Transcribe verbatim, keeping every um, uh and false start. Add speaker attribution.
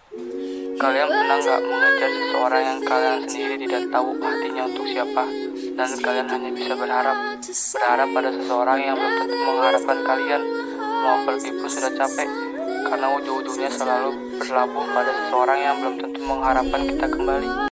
Speaker 1: Kalian pernah nggak mengejar seseorang yang kalian sendiri tidak tahu hatinya untuk siapa, dan kalian hanya bisa berharap, berharap pada seseorang yang belum tentu mengharapkan kalian. Mau pergi pun sudah capek, karena ujung-ujungnya selalu berlabuh pada seseorang yang belum tentu mengharapkan kita kembali.